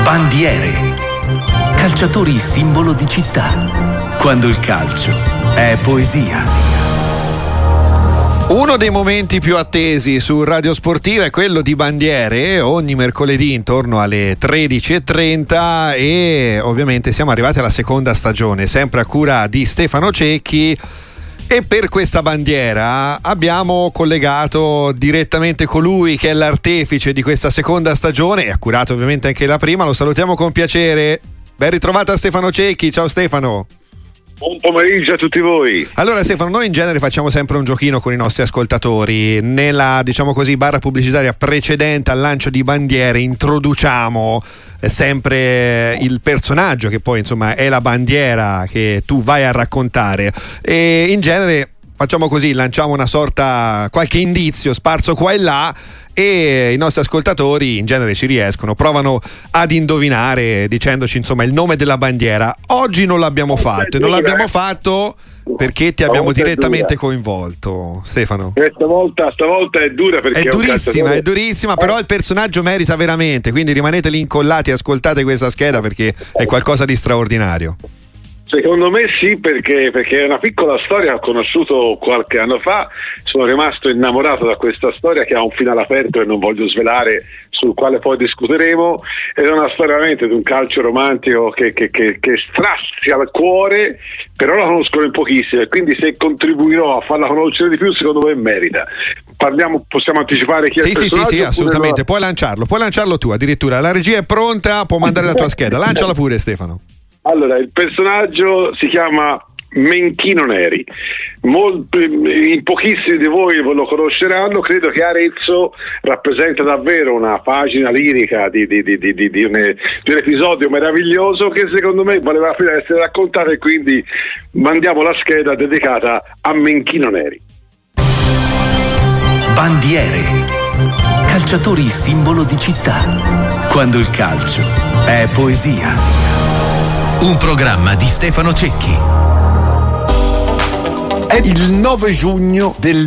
Bandiere. Calciatori simbolo di città. Quando il calcio è poesia. Uno dei momenti più attesi su Radio Sportiva è quello di Bandiere, ogni mercoledì intorno alle 13:30, e ovviamente siamo arrivati alla seconda stagione, sempre a cura di Stefano Cecchi. E per questa bandiera abbiamo collegato direttamente colui che è l'artefice di questa seconda stagione e ha curato ovviamente anche la prima. Lo salutiamo con piacere. Ben ritrovata Stefano Cecchi. Ciao Stefano. Buon pomeriggio a tutti voi. Allora Stefano, noi in genere facciamo sempre un giochino con i nostri ascoltatori. Nella, diciamo così, barra pubblicitaria precedente al lancio di Bandiere introduciamo sempre il personaggio che poi insomma è la bandiera che tu vai a raccontare, e in genere facciamo così, lanciamo una sorta, qualche indizio sparso qua e là, e i nostri ascoltatori in genere ci riescono, provano ad indovinare dicendoci insomma il nome della bandiera. Oggi non l'abbiamo fatto, e non l'abbiamo fatto perché ti abbiamo direttamente coinvolto, Stefano. Stavolta è dura perché è durissima, però il personaggio merita veramente, quindi rimanete lì incollati e ascoltate questa scheda perché è qualcosa di straordinario. Secondo me sì, perché è una piccola storia che ho conosciuto qualche anno fa, sono rimasto innamorato da questa storia che ha un finale aperto e non voglio svelare, sul quale poi discuteremo, ed è una storia veramente di un calcio romantico che strazia al cuore, però la conoscono in pochissimi, e quindi se contribuirò a farla conoscere di più secondo me merita. Possiamo anticipare chi è il personaggio? Sì, assolutamente, no? Puoi lanciarlo tu, addirittura la regia è pronta, può mandare la tua scheda, lanciala pure Stefano. Allora, il personaggio si chiama Menchino Neri. In pochissimi di voi lo conosceranno. Credo che Arezzo rappresenta davvero una pagina lirica di un episodio meraviglioso che secondo me valeva la pena essere raccontato, e quindi mandiamo la scheda dedicata a Menchino Neri. Bandiere. Calciatori simbolo di città. Quando il calcio è poesia. Un programma di Stefano Cecchi. È il 9 giugno del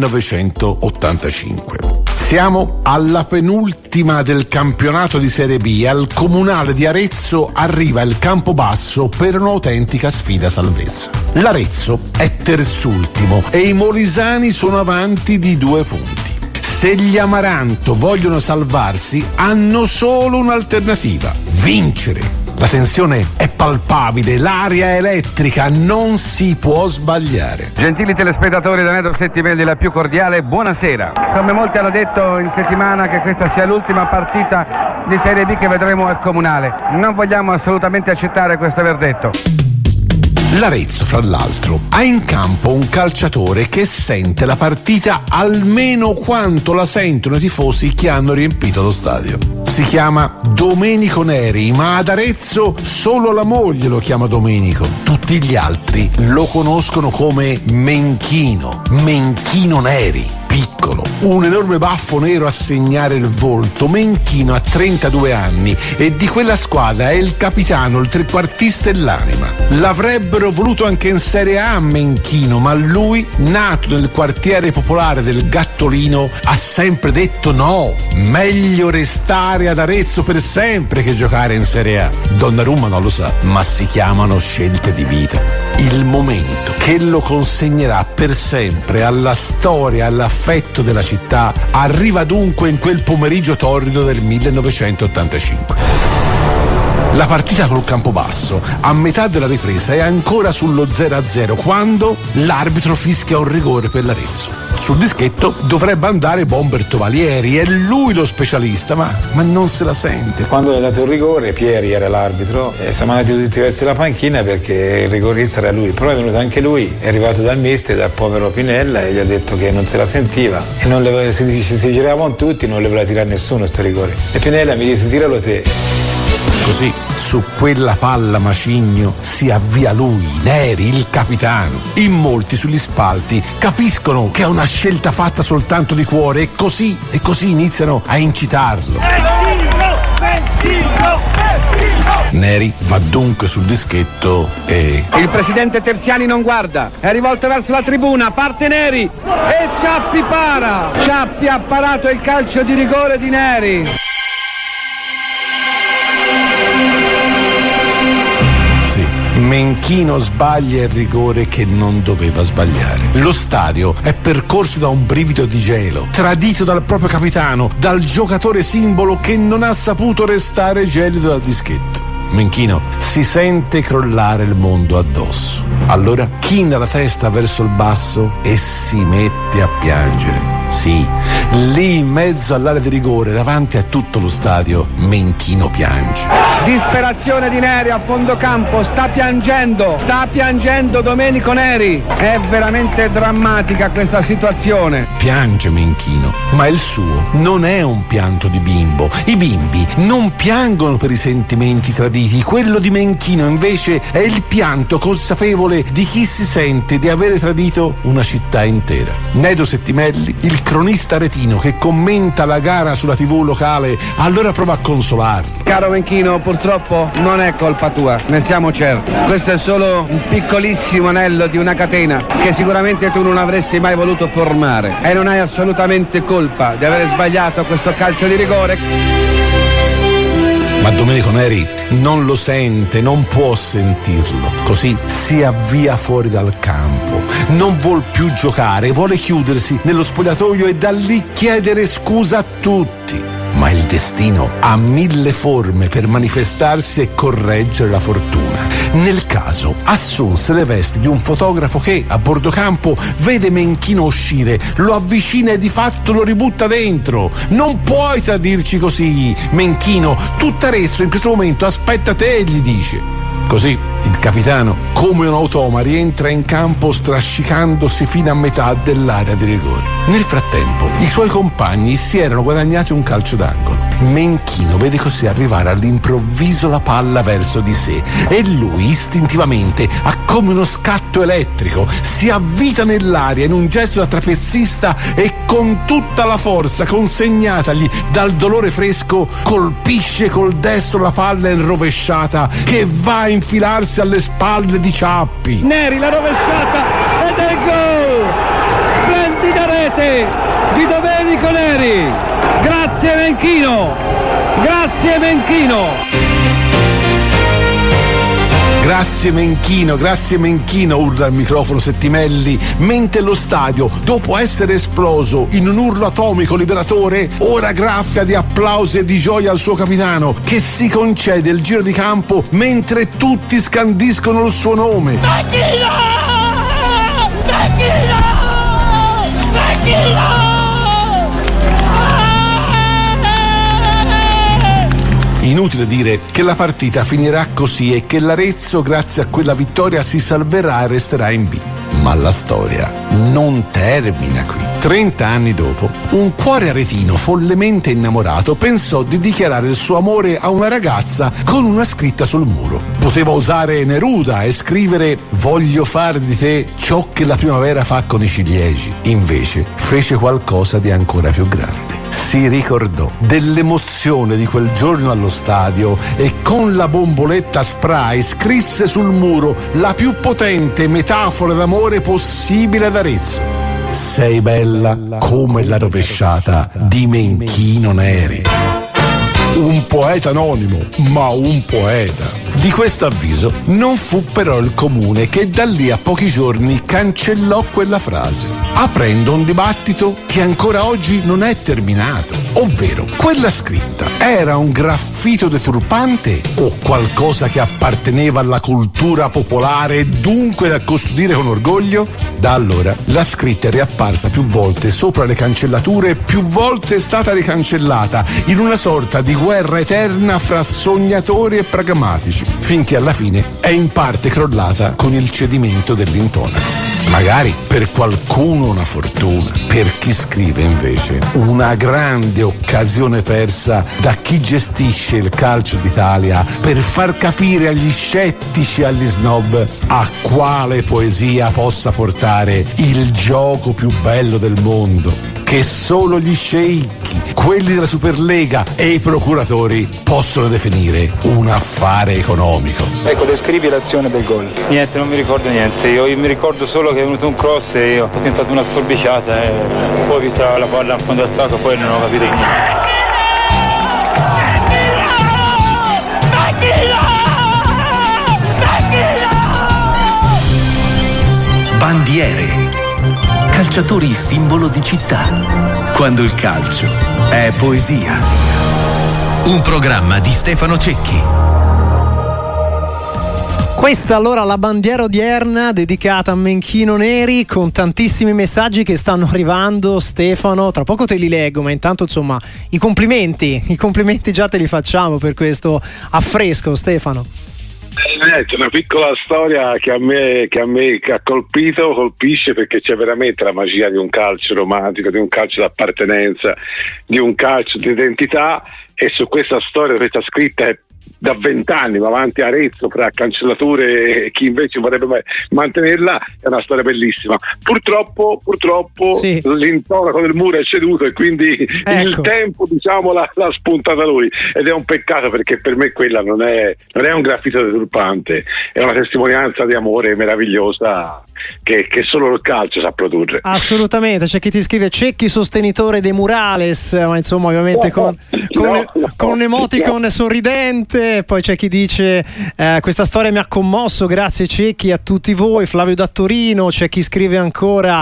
1985. Siamo alla penultima del campionato di Serie B. Al Comunale di Arezzo arriva il Campobasso per un'autentica sfida salvezza. L'Arezzo è terzultimo e i molisani sono avanti di 2 punti. Se gli Amaranto vogliono salvarsi, hanno solo un'alternativa: vincere. La tensione è palpabile, l'aria è elettrica, non si può sbagliare. Gentili telespettatori da Network Settimelli, la più cordiale buonasera. Come molti hanno detto in settimana che questa sia l'ultima partita di Serie B che vedremo al Comunale. Non vogliamo assolutamente accettare questo verdetto. L'Arezzo, fra l'altro, ha in campo un calciatore che sente la partita almeno quanto la sentono i tifosi che hanno riempito lo stadio. Si chiama Domenico Neri, ma ad Arezzo solo la moglie lo chiama Domenico. Tutti gli altri lo conoscono come Menchino Neri. Piccolo, un enorme baffo nero a segnare il volto. Menchino ha 32 anni e di quella squadra è il capitano, il trequartista e l'anima. L'avrebbero voluto anche in Serie A Menchino, ma lui, nato nel quartiere popolare del Gattolino, ha sempre detto no, meglio restare ad Arezzo per sempre che giocare in Serie A. Donnarumma non lo sa, ma si chiamano scelte di vita. Il momento che lo consegnerà per sempre alla storia, all'affetto della città, arriva dunque in quel pomeriggio torrido del 1985. La partita col Campobasso, a metà della ripresa, è ancora sullo 0-0 quando l'arbitro fischia un rigore per l'Arezzo. Sul dischetto dovrebbe andare Bomber Tovalieri, è lui lo specialista, ma non se la sente. Quando ha dato il rigore, Pieri era l'arbitro, e siamo andati tutti verso la panchina perché il rigorista era lui. Però è venuto anche lui, è arrivato dal mister, dal povero Pinella, e gli ha detto che non se la sentiva e non le, si giravano tutti, non le voleva tirare nessuno sto rigore. E Pinella mi disse: tiralo te. Così, su quella palla macigno, si avvia lui, Neri, il capitano. In molti sugli spalti capiscono che è una scelta fatta soltanto di cuore, e così iniziano a incitarlo. Neri va dunque sul dischetto e... Il presidente Terziani non guarda, è rivolto verso la tribuna, parte Neri e Ciappi para. Ciappi ha parato il calcio di rigore di Neri. Menchino sbaglia il rigore che non doveva sbagliare. Lo stadio è percorso da un brivido di gelo, tradito dal proprio capitano, dal giocatore simbolo che non ha saputo restare gelido dal dischetto. Menchino si sente crollare il mondo addosso. Allora china la testa verso il basso e si mette a piangere. Sì, lì in mezzo all'area di rigore, davanti a tutto lo stadio, Menchino piange. Disperazione di Neri a fondo campo, sta piangendo Domenico Neri. È veramente drammatica questa situazione. Piange Menchino, ma il suo non è un pianto di bimbo. I bimbi non piangono per i sentimenti traditi, quello di Menchino invece è il pianto consapevole di chi si sente di avere tradito una città intera. Nedo Settimelli, il cronista aretino che commenta la gara sulla TV locale, allora prova a consolarlo. Caro Menchino, purtroppo non è colpa tua, ne siamo certi. Questo è solo un piccolissimo anello di una catena che sicuramente tu non avresti mai voluto formare e non hai assolutamente colpa di aver sbagliato questo calcio di rigore. Ma Domenico Neri non lo sente, non può sentirlo. Così si avvia fuori dal campo. Non vuol più giocare, vuole chiudersi nello spogliatoio e da lì chiedere scusa a tutti. Ma il destino ha 1000 forme per manifestarsi e correggere la fortuna. Nel caso assunse le vesti di un fotografo che a bordo campo vede Menchino uscire, lo avvicina e di fatto lo ributta dentro. Non puoi tradirci così, Menchino, tutto Arezzo in questo momento aspetta te, gli dice. Così il capitano, come un automa, rientra in campo strascicandosi fino a metà dell'area di rigore. Nel frattempo i suoi compagni si erano guadagnati un calcio d'angolo. Menchino vede così arrivare all'improvviso la palla verso di sé e lui istintivamente ha come uno scatto elettrico, si avvita nell'aria in un gesto da trapezzista e con tutta la forza consegnatagli dal dolore fresco colpisce col destro la palla in che va a infilarsi alle spalle di Ciappi. Neri la rovesciata ed è il gol! Splendida rete di Domenico Neri. Grazie Menchino, grazie Menchino. Grazie Menchino, urla al microfono Settimelli, mentre lo stadio, dopo essere esploso in un urlo atomico liberatore, ora graffia di applausi e di gioia al suo capitano, che si concede il giro di campo mentre tutti scandiscono il suo nome. Menchino! Menchino! Menchino! Inutile dire che la partita finirà così e che l'Arezzo, grazie a quella vittoria, si salverà e resterà in B. Ma la storia non termina qui. 30 anni dopo, un cuore aretino follemente innamorato pensò di dichiarare il suo amore a una ragazza con una scritta sul muro. Poteva usare Neruda e scrivere «Voglio fare di te ciò che la primavera fa con i ciliegi». Invece fece qualcosa di ancora più grande. Si ricordò dell'emozione di quel giorno allo stadio e con la bomboletta spray scrisse sul muro la più potente metafora d'amore possibile ad Arezzo. Sei bella come la rovesciata di Menchino Neri. Un poeta anonimo, ma un poeta. Di questo avviso non fu però il comune che da lì a pochi giorni cancellò quella frase, aprendo un dibattito che ancora oggi non è terminato. Ovvero, quella scritta era un graffito deturpante o qualcosa che apparteneva alla cultura popolare e dunque da custodire con orgoglio? Da allora la scritta è riapparsa più volte sopra le cancellature e più volte è stata ricancellata in una sorta di guerra eterna fra sognatori e pragmatici, finché alla fine è in parte crollata con il cedimento dell'intonaco. Magari per qualcuno una fortuna, per chi scrive invece una grande occasione persa da chi gestisce il calcio d'Italia per far capire agli scettici e agli snob a quale poesia possa portare il gioco più bello del mondo, che solo gli sceicchi, quelli della Superlega e i procuratori possono definire un affare economico. Ecco, descrivi l'azione del gol. Niente, non mi ricordo niente, io mi ricordo solo che è venuto un cross e io ho tentato una sforbiciata e poi ho visto la palla in fondo al sacco e poi non ho capito niente. bandiere. Calciatori simbolo di città. Quando il calcio è poesia. Un programma di Stefano Cecchi. Questa allora la bandiera odierna dedicata a Menchino Neri, con tantissimi messaggi che stanno arrivando. Stefano, tra poco te li leggo, ma intanto insomma i complimenti già te li facciamo per questo affresco, Stefano. C'è una piccola storia che a me ha colpisce, perché c'è veramente la magia di un calcio romantico, di un calcio d'appartenenza, di un calcio di identità, e su questa storia, questa scritta è da 20 anni, ma avanti a Arezzo, fra cancellature e chi invece vorrebbe mantenerla, è una storia bellissima. Purtroppo sì, l'intonaco del muro è ceduto e quindi il tempo, diciamo, l'ha spuntata lui, ed è un peccato, perché per me quella non è un graffito deturpante, è una testimonianza di amore meravigliosa che solo il calcio sa produrre. Assolutamente. C'è chi ti scrive: Cecchi sostenitore dei murales, ma insomma ovviamente con un emoticon sorridente. Poi c'è chi dice questa storia mi ha commosso, grazie Cecchi, a tutti voi. Flavio da Torino. C'è chi scrive ancora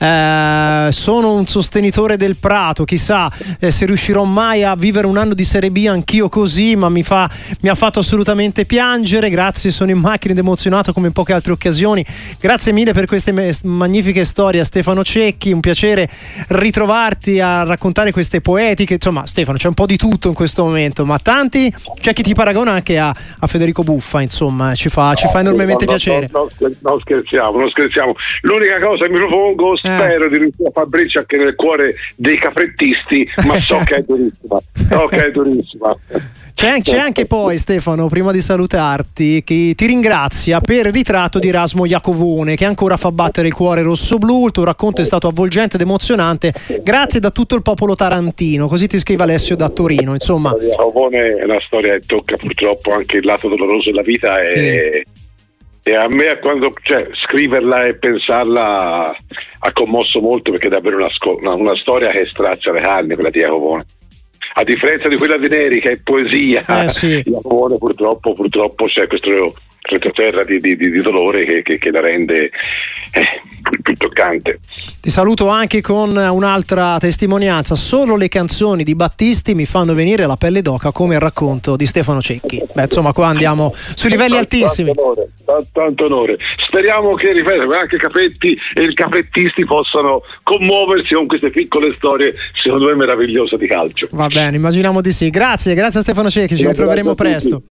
sono un sostenitore del Prato, chissà se riuscirò mai a vivere un anno di Serie B anch'io così, ma mi ha fatto assolutamente piangere, grazie, sono in macchina ed emozionato come in poche altre occasioni. Grazie mille per queste magnifiche storie, Stefano Cecchi, un piacere ritrovarti a raccontare queste poetiche. Insomma, Stefano, c'è un po' di tutto in questo momento, ma tanti, c'è chi ti paragona anche a Federico Buffa, insomma, ci fa enormemente piacere. Non scherziamo. L'unica cosa che mi propongo, spero di riuscire a far breccia anche nel cuore dei caprettisti, ma so che è durissima. C'è anche poi, Stefano, prima di salutarti, che ti ringrazia per il ritratto di Erasmo Iacovone, che ancora fa battere il cuore rossoblù. Il tuo racconto è stato avvolgente ed emozionante, grazie da tutto il popolo tarantino. Così ti scrive Alessio da Torino. Insomma, Iacovone è una storia che tocca purtroppo anche il lato doloroso della vita, e a me, quando scriverla e pensarla, ha commosso molto, perché è davvero una storia che strazia le carni, quella di Iacovone. A differenza di quella di Neri, che è poesia, Iacovone purtroppo c'è questo retroterra di dolore che la rende più toccante. Ti saluto anche con un'altra testimonianza: solo le canzoni di Battisti mi fanno venire la pelle d'oca, come il racconto di Stefano Cecchi. Insomma, qua andiamo su livelli altissimi. Tanto onore. Speriamo che, anche Capetti e i caprettisti possano commuoversi con queste piccole storie, secondo me meravigliose, di calcio. Va bene, immaginiamo di sì. Grazie a Stefano Cecchi, ci ritroveremo presto.